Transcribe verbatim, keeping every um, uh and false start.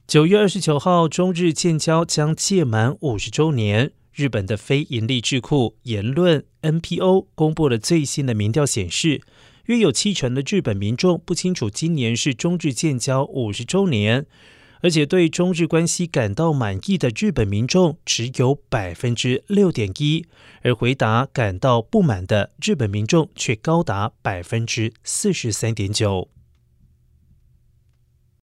九月二十九号，中日建交将届满五十周年。日本的非营利智库言论 N P O 公布了最新的民调显示，约有七成的日本民众不清楚今年是中日建交五十周年，而且对中日关系感到满意的日本民众只有 百分之六点一， 而回答感到不满的日本民众却高达 百分之四十三点九。